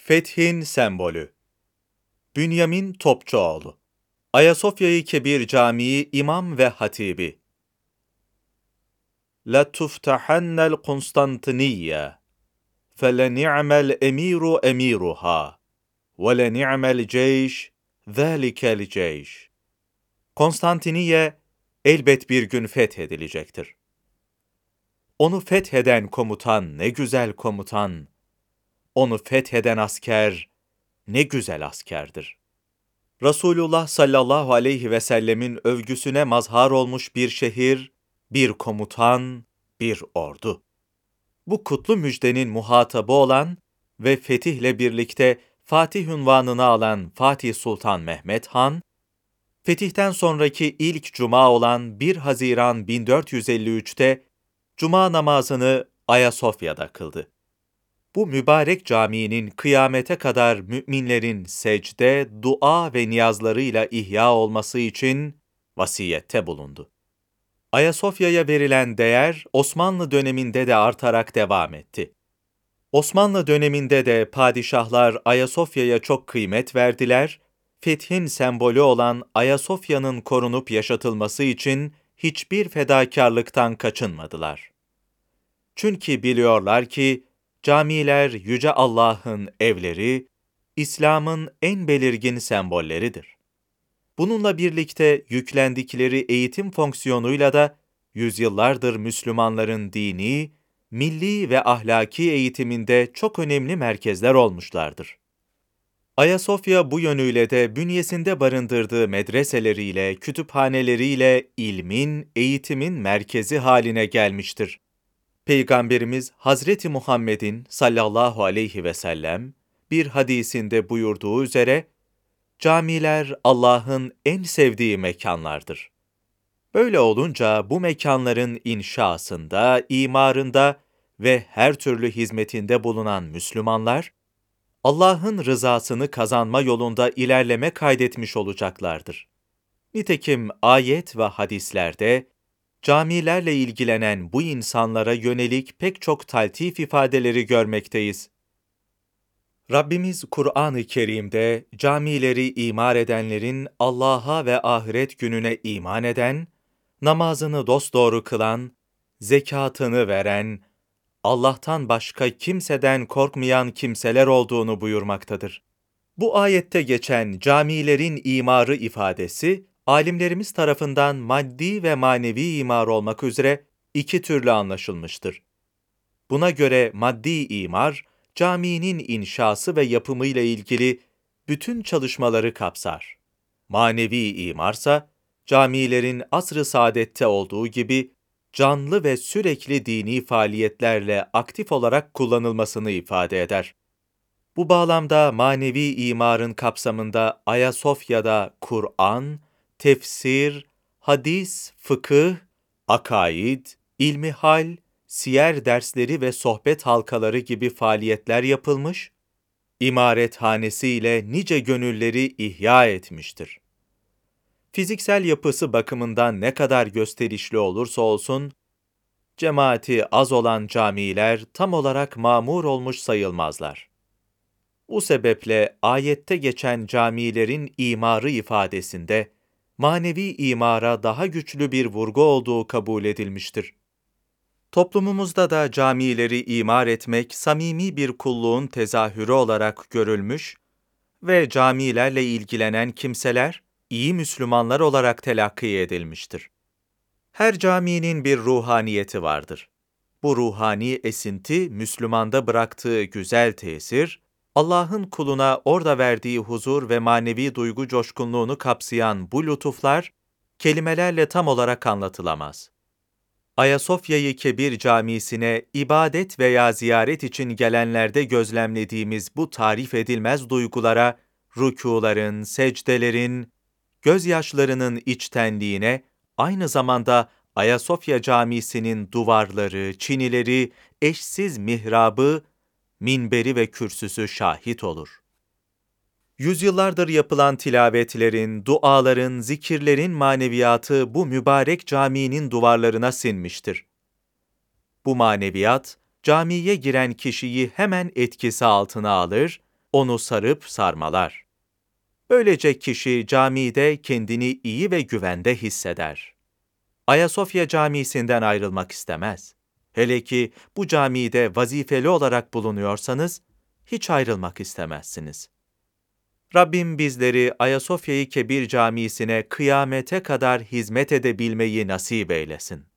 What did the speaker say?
Fethin sembolü. Bünyamin Topçuoğlu. Ayasofya-i Kebir Camii İmam ve Hatibi. La tuftahannel Konstantiniyye feleni'mel emiru emiruha ve leni'mel ceyş zâlikel ceyş. Konstantiniye elbet bir gün fethedilecektir. Onu fetheden komutan ne güzel komutan, onu fetheden asker ne güzel askerdir. Resulullah sallallahu aleyhi ve sellemin övgüsüne mazhar olmuş bir şehir, bir komutan, bir ordu. Bu kutlu müjdenin muhatabı olan ve fetihle birlikte Fatih unvanını alan Fatih Sultan Mehmet Han, fetihten sonraki ilk cuma olan 1 Haziran 1453'te cuma namazını Ayasofya'da kıldı. Bu mübarek caminin kıyamete kadar müminlerin secde, dua ve niyazlarıyla ihya olması için vasiyette bulundu. Ayasofya'ya verilen değer Osmanlı döneminde de artarak devam etti. Osmanlı döneminde de padişahlar Ayasofya'ya çok kıymet verdiler, fethin sembolü olan Ayasofya'nın korunup yaşatılması için hiçbir fedakarlıktan kaçınmadılar. Çünkü biliyorlar ki, camiler Yüce Allah'ın evleri, İslam'ın en belirgin sembolleridir. Bununla birlikte yüklendikleri eğitim fonksiyonuyla da yüzyıllardır Müslümanların dini, milli ve ahlaki eğitiminde çok önemli merkezler olmuşlardır. Ayasofya bu yönüyle de bünyesinde barındırdığı medreseleriyle, kütüphaneleriyle ilmin, eğitimin merkezi haline gelmiştir. Peygamberimiz Hazreti Muhammed'in sallallahu aleyhi ve sellem bir hadisinde buyurduğu üzere, camiler Allah'ın en sevdiği mekanlardır. Böyle olunca bu mekanların inşasında, imarında ve her türlü hizmetinde bulunan Müslümanlar, Allah'ın rızasını kazanma yolunda ilerleme kaydetmiş olacaklardır. Nitekim ayet ve hadislerde, camilerle ilgilenen bu insanlara yönelik pek çok taltif ifadeleri görmekteyiz. Rabbimiz Kur'an-ı Kerim'de camileri imar edenlerin Allah'a ve ahiret gününe iman eden, namazını dosdoğru kılan, zekatını veren, Allah'tan başka kimseden korkmayan kimseler olduğunu buyurmaktadır. Bu ayette geçen camilerin imarı ifadesi, alimlerimiz tarafından maddi ve manevi imar olmak üzere iki türlü anlaşılmıştır. Buna göre maddi imar, caminin inşası ve yapımıyla ilgili bütün çalışmaları kapsar. Manevi imarsa, camilerin asr-ı saadette olduğu gibi canlı ve sürekli dini faaliyetlerle aktif olarak kullanılmasını ifade eder. Bu bağlamda manevi imarın kapsamında Ayasofya'da Kur'an, tefsir, hadis, fıkıh, akaid, ilmihal, siyer dersleri ve sohbet halkaları gibi faaliyetler yapılmış, imarethanesiyle nice gönülleri ihya etmiştir. Fiziksel yapısı bakımından ne kadar gösterişli olursa olsun, cemaati az olan camiler tam olarak mamur olmuş sayılmazlar. Bu sebeple ayette geçen camilerin imarı ifadesinde, manevi imara daha güçlü bir vurgu olduğu kabul edilmiştir. Toplumumuzda da camileri imar etmek samimi bir kulluğun tezahürü olarak görülmüş ve camilerle ilgilenen kimseler, iyi Müslümanlar olarak telakki edilmiştir. Her caminin bir ruhaniyeti vardır. Bu ruhani esinti, Müslümanda bıraktığı güzel tesir, Allah'ın kuluna orada verdiği huzur ve manevi duygu coşkunluğunu kapsayan bu lütuflar, kelimelerle tam olarak anlatılamaz. Ayasofya-i Kebir Camisi'ne ibadet veya ziyaret için gelenlerde gözlemlediğimiz bu tarif edilmez duygulara, rükûların, secdelerin, gözyaşlarının içtenliğine, aynı zamanda Ayasofya Camisi'nin duvarları, çinileri, eşsiz mihrabı, minberi ve kürsüsü şahit olur. Yüzyıllardır yapılan tilavetlerin, duaların, zikirlerin maneviyatı bu mübarek caminin duvarlarına sinmiştir. Bu maneviyat, camiye giren kişiyi hemen etkisi altına alır onu sarıp sarmalar. Böylece kişi camide kendini iyi ve güvende hisseder. Ayasofya Camisi'nden ayrılmak istemez. Hele ki bu camide vazifeli olarak bulunuyorsanız, hiç ayrılmak istemezsiniz. Rabbim bizleri Ayasofya-i Kebir Camisi'ne kıyamete kadar hizmet edebilmeyi nasip eylesin.